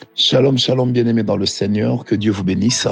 Shalom, shalom, bien-aimés dans le Seigneur, que Dieu vous bénisse.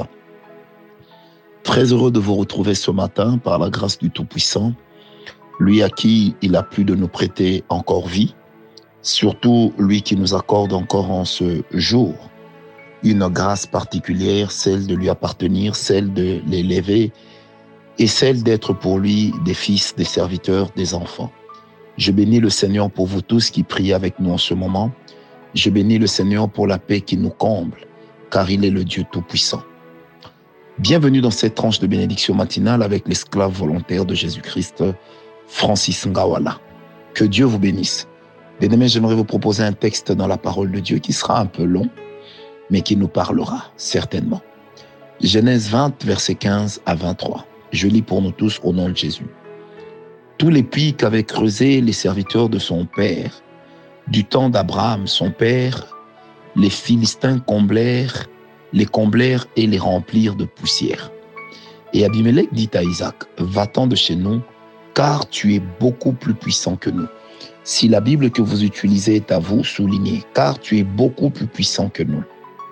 Très heureux de vous retrouver ce matin par la grâce du Tout-Puissant, lui à qui il a plu de nous prêter encore vie, surtout lui qui nous accorde encore en ce jour une grâce particulière, celle de lui appartenir, celle de l'élever et celle d'être pour lui des fils, des serviteurs, des enfants. Je bénis le Seigneur pour vous tous qui priez avec nous en ce moment. Je bénis le Seigneur pour la paix qui nous comble, car il est le Dieu Tout-Puissant. Bienvenue dans cette tranche de bénédiction matinale avec l'esclave volontaire de Jésus-Christ, Francis Ngawala. Que Dieu vous bénisse. Bien-aimés, j'aimerais vous proposer un texte dans la parole de Dieu qui sera un peu long, mais qui nous parlera certainement. Genèse 20, versets 15 à 23. Je lis pour nous tous au nom de Jésus. Tous les puits qu'avaient creusés les serviteurs de son père, du temps d'Abraham, son père, les Philistins les comblèrent et les remplirent de poussière. Et Abimelech dit à Isaac, va-t'en de chez nous, car tu es beaucoup plus puissant que nous. Si la Bible que vous utilisez est à vous, soulignez, car tu es beaucoup plus puissant que nous.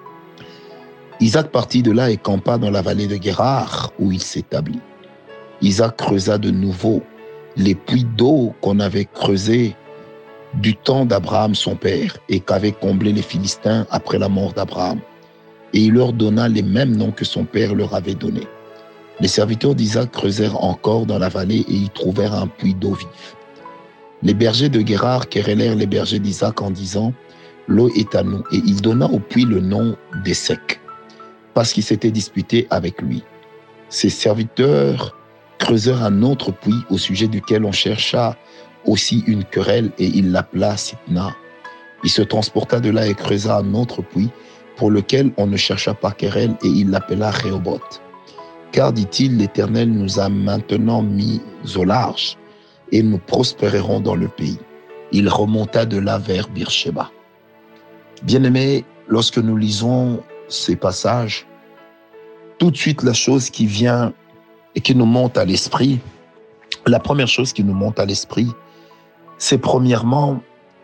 Isaac partit de là et campa dans la vallée de Guérar, où il s'établit. Isaac creusa de nouveau les puits d'eau qu'on avait creusés du temps d'Abraham son père et qu'avaient comblé les Philistins après la mort d'Abraham. Et il leur donna les mêmes noms que son père leur avait donnés. Les serviteurs d'Isaac creusèrent encore dans la vallée et y trouvèrent un puits d'eau vive. Les bergers de Guérar querellèrent les bergers d'Isaac en disant « L'eau est à nous » et il donna au puits le nom d'Essek, parce qu'ils s'étaient disputés avec lui. Ses serviteurs creusèrent un autre puits au sujet duquel on chercha aussi une querelle et il l'appela Sitna. Il se transporta de là et creusa un autre puits pour lequel on ne chercha pas querelle et il l'appela Rehoboth. Car, dit-il, l'Éternel nous a maintenant mis au large et nous prospérerons dans le pays. Il remonta de là vers Beersheba. Bien-aimés, lorsque nous lisons ces passages, tout de suite la chose qui vient et qui nous monte à l'esprit, la première chose qui nous monte à l'esprit, c'est premièrement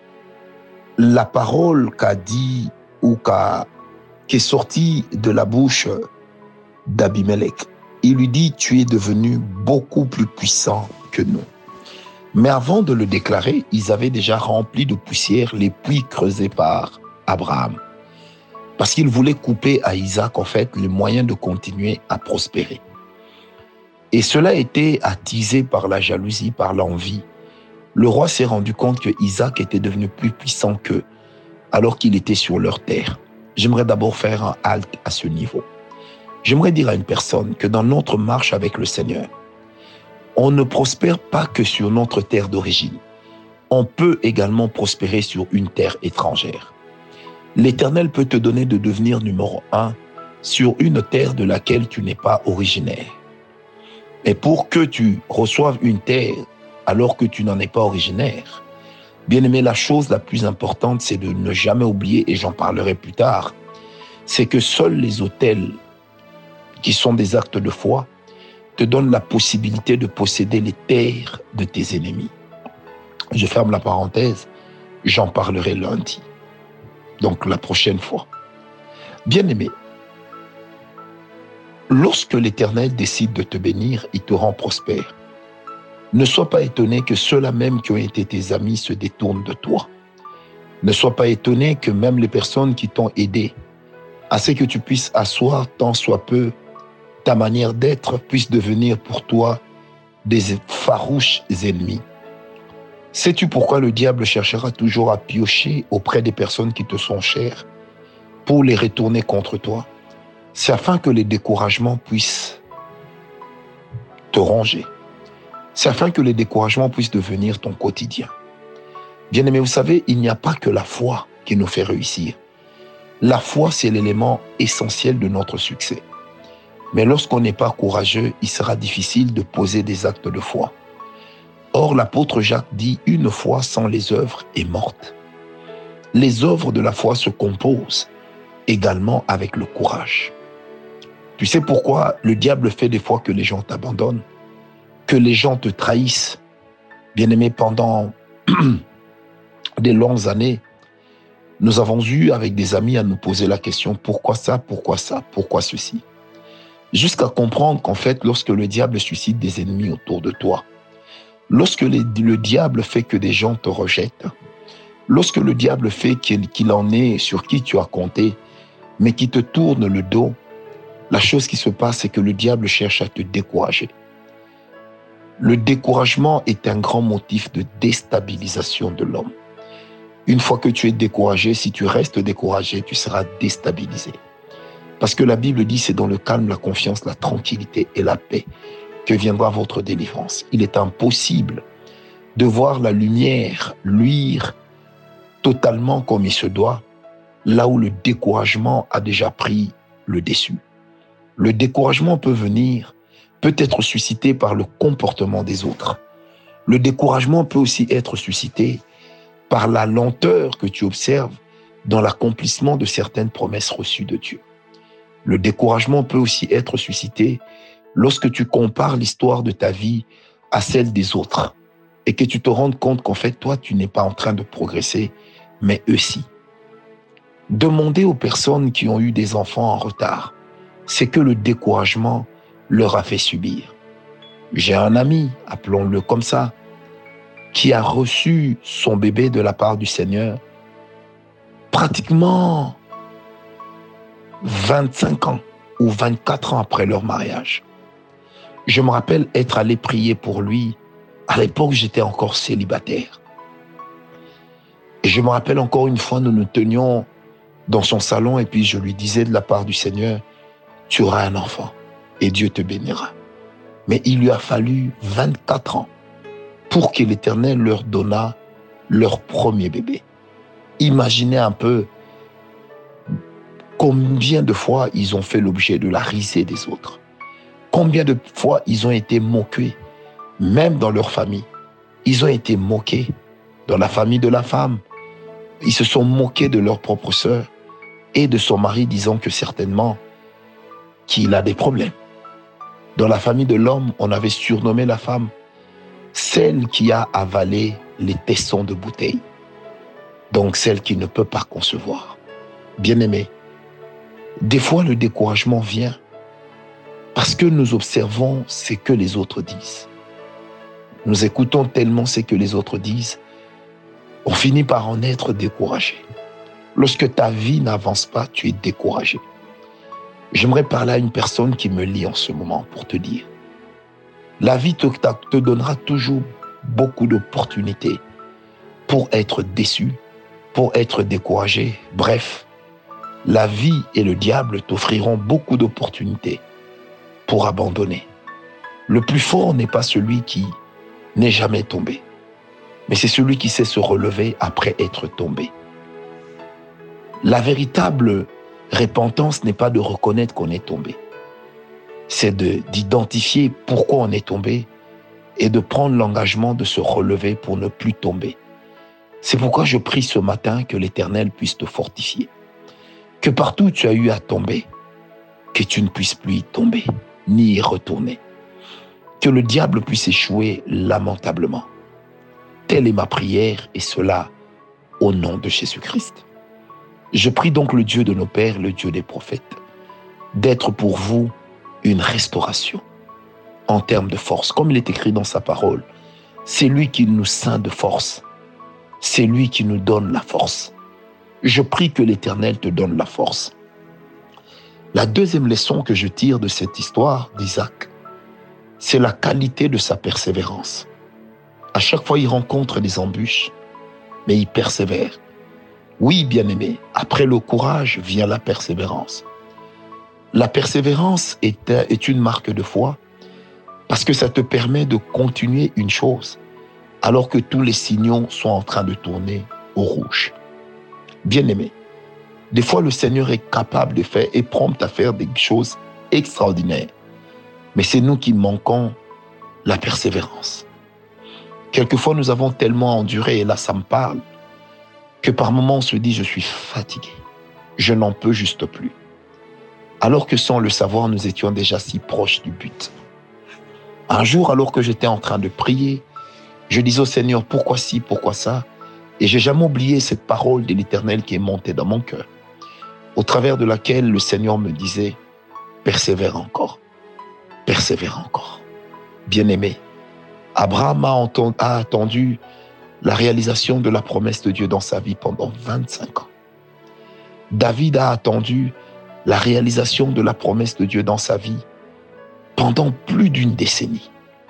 la parole qu'a dit ou qui est sortie de la bouche d'Abimelech. Il lui dit, tu es devenu beaucoup plus puissant que nous. Mais avant de le déclarer, ils avaient déjà rempli de poussière les puits creusés par Abraham. Parce qu'il voulait couper à Isaac, en fait, les moyens de continuer à prospérer. Et cela était attisé par la jalousie, par l'envie. Le roi s'est rendu compte que Isaac était devenu plus puissant qu'eux, alors qu'il était sur leur terre. J'aimerais d'abord faire un halt à ce niveau. J'aimerais dire à une personne que dans notre marche avec le Seigneur, on ne prospère pas que sur notre terre d'origine. On peut également prospérer sur une terre étrangère. L'Éternel peut te donner de devenir numéro 1 sur une terre de laquelle tu n'es pas originaire. Et pour que tu reçoives une terre alors que tu n'en es pas originaire, bien-aimé, la chose la plus importante, c'est de ne jamais oublier, et j'en parlerai plus tard, c'est que seuls les autels qui sont des actes de foi te donnent la possibilité de posséder les terres de tes ennemis. Je ferme la parenthèse, j'en parlerai lundi, donc la prochaine fois. Bien-aimé, lorsque l'Éternel décide de te bénir, il te rend prospère. Ne sois pas étonné que ceux-là même qui ont été tes amis se détournent de toi. Ne sois pas étonné que même les personnes qui t'ont aidé, à ce que tu puisses asseoir tant soit peu ta manière d'être, puisse devenir pour toi des farouches ennemis. Sais-tu pourquoi le diable cherchera toujours à piocher auprès des personnes qui te sont chères pour les retourner contre toi? C'est afin que les découragements puissent te ronger. C'est afin que les découragements puissent devenir ton quotidien. Bien-aimé, vous savez, il n'y a pas que la foi qui nous fait réussir. La foi, c'est l'élément essentiel de notre succès. Mais lorsqu'on n'est pas courageux, il sera difficile de poser des actes de foi. Or, l'apôtre Jacques dit « Une foi sans les œuvres est morte ». Les œuvres de la foi se composent également avec le courage. Tu sais pourquoi le diable fait des fois que les gens t'abandonnent, que les gens te trahissent, bien-aimé, pendant des longues années? Nous avons eu avec des amis à nous poser la question, pourquoi ça, pourquoi ceci? Jusqu'à comprendre qu'en fait, lorsque le diable suscite des ennemis autour de toi, lorsque le diable fait que des gens te rejettent, lorsque le diable fait qu'il en est sur qui tu as compté, mais qui te tourne le dos, la chose qui se passe, c'est que le diable cherche à te décourager. Le découragement est un grand motif de déstabilisation de l'homme. Une fois que tu es découragé, si tu restes découragé, tu seras déstabilisé. Parce que la Bible dit, c'est dans le calme, la confiance, la tranquillité et la paix que viendra votre délivrance. Il est impossible de voir la lumière luire totalement comme il se doit, là où le découragement a déjà pris le dessus. Le découragement peut être suscité par le comportement des autres. Le découragement peut aussi être suscité par la lenteur que tu observes dans l'accomplissement de certaines promesses reçues de Dieu. Le découragement peut aussi être suscité lorsque tu compares l'histoire de ta vie à celle des autres et que tu te rends compte qu'en fait, toi, tu n'es pas en train de progresser, mais eux si. Demandez aux personnes qui ont eu des enfants en retard, c'est que le découragement leur a fait subir. J'ai un ami, appelons-le comme ça, qui a reçu son bébé de la part du Seigneur pratiquement 25 ans ou 24 ans après leur mariage. Je me rappelle être allé prier pour lui. À l'époque, j'étais encore célibataire. Et je me rappelle encore une fois, nous nous tenions dans son salon et puis je lui disais de la part du Seigneur, tu auras un enfant et Dieu te bénira. Mais il lui a fallu 24 ans pour que l'Éternel leur donnât leur premier bébé. Imaginez un peu combien de fois ils ont fait l'objet de la risée des autres. Combien de fois ils ont été moqués, même dans leur famille. Ils ont été moqués dans la famille de la femme. Ils se sont moqués de leur propre sœur et de son mari, disant que certainement qu'il a des problèmes. Dans la famille de l'homme, on avait surnommé la femme celle qui a avalé les tessons de bouteille. Donc celle qui ne peut pas concevoir. Bien-aimés, des fois le découragement vient parce que nous observons ce que les autres disent. Nous écoutons tellement ce que les autres disent, on finit par en être découragé. Lorsque ta vie n'avance pas, tu es découragé. J'aimerais parler à une personne qui me lit en ce moment pour te dire, la vie te donnera toujours beaucoup d'opportunités pour être déçu, pour être découragé. Bref, la vie et le diable t'offriront beaucoup d'opportunités pour abandonner. Le plus fort n'est pas celui qui n'est jamais tombé, mais c'est celui qui sait se relever après être tombé. La véritable repentance n'est pas de reconnaître qu'on est tombé, c'est d'identifier pourquoi on est tombé et de prendre l'engagement de se relever pour ne plus tomber. C'est pourquoi je prie ce matin que l'Éternel puisse te fortifier, que partout où tu as eu à tomber, que tu ne puisses plus y tomber, ni y retourner, que le diable puisse échouer lamentablement. Telle est ma prière et cela au nom de Jésus-Christ. Je prie donc le Dieu de nos pères, le Dieu des prophètes, d'être pour vous une restauration en termes de force. Comme il est écrit dans sa parole, c'est lui qui nous ceint de force. C'est lui qui nous donne la force. Je prie que l'Éternel te donne la force. La deuxième leçon que je tire de cette histoire d'Isaac, c'est la qualité de sa persévérance. À chaque fois, il rencontre des embûches, mais il persévère. Oui, bien-aimé, après le courage vient la persévérance. La persévérance est une marque de foi parce que ça te permet de continuer une chose alors que tous les signaux sont en train de tourner au rouge. Bien-aimé, des fois le Seigneur est capable de faire et prompt à faire des choses extraordinaires. Mais c'est nous qui manquons la persévérance. Quelquefois, nous avons tellement enduré, et là ça me parle, que par moments on se dit, je suis fatigué, je n'en peux juste plus. Alors que sans le savoir, nous étions déjà si proches du but. Un jour, alors que j'étais en train de prier, je disais au Seigneur, pourquoi ci, pourquoi ça? Et j'ai jamais oublié cette parole de l'Éternel qui est montée dans mon cœur, au travers de laquelle le Seigneur me disait, persévère encore, persévère encore. Bien-aimé, Abraham a attendu la réalisation de la promesse de Dieu dans sa vie pendant 25 ans. David a attendu la réalisation de la promesse de Dieu dans sa vie pendant plus d'une décennie.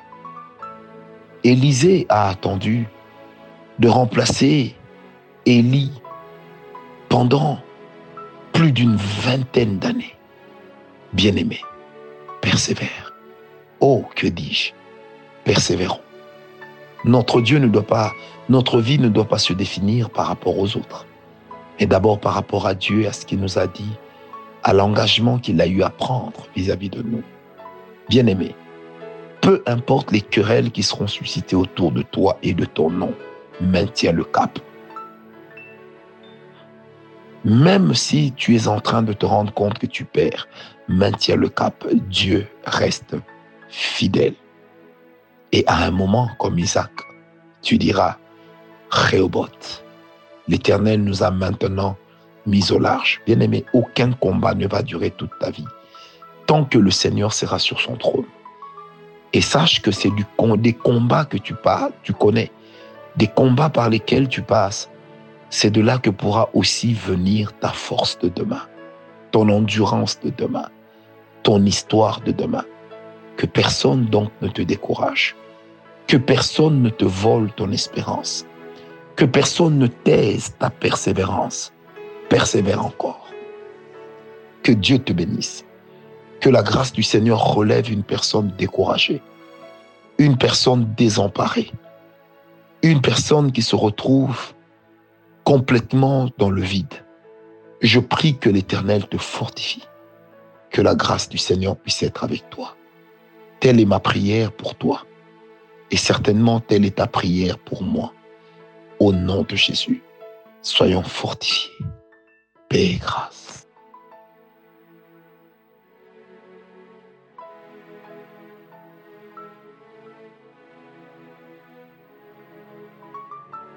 Élisée a attendu de remplacer Élie pendant plus d'une vingtaine d'années. Bien-aimé, persévère. Oh, que dis-je? Persévérons. Notre vie ne doit pas se définir par rapport aux autres, mais d'abord par rapport à Dieu, à ce qu'il nous a dit, à l'engagement qu'il a eu à prendre vis-à-vis de nous. Bien-aimé, peu importe les querelles qui seront suscitées autour de toi et de ton nom, maintiens le cap. Même si tu es en train de te rendre compte que tu perds, maintiens le cap. Dieu reste fidèle. Et à un moment, comme Isaac, tu diras, Rehoboth, l'Éternel nous a maintenant mis au large. Bien-aimé, aucun combat ne va durer toute ta vie tant que le Seigneur sera sur son trône. Et sache que c'est des combats que tu connais, des combats par lesquels tu passes. C'est de là que pourra aussi venir ta force de demain, ton endurance de demain, ton histoire de demain. Que personne donc ne te décourage, que personne ne te vole ton espérance, que personne ne taise ta persévérance. Persévère encore. Que Dieu te bénisse. Que la grâce du Seigneur relève une personne découragée, une personne désemparée, une personne qui se retrouve complètement dans le vide. Je prie que l'Éternel te fortifie, que la grâce du Seigneur puisse être avec toi. Telle est ma prière pour toi, et certainement telle est ta prière pour moi. Au nom de Jésus, soyons fortifiés. Paix et grâce.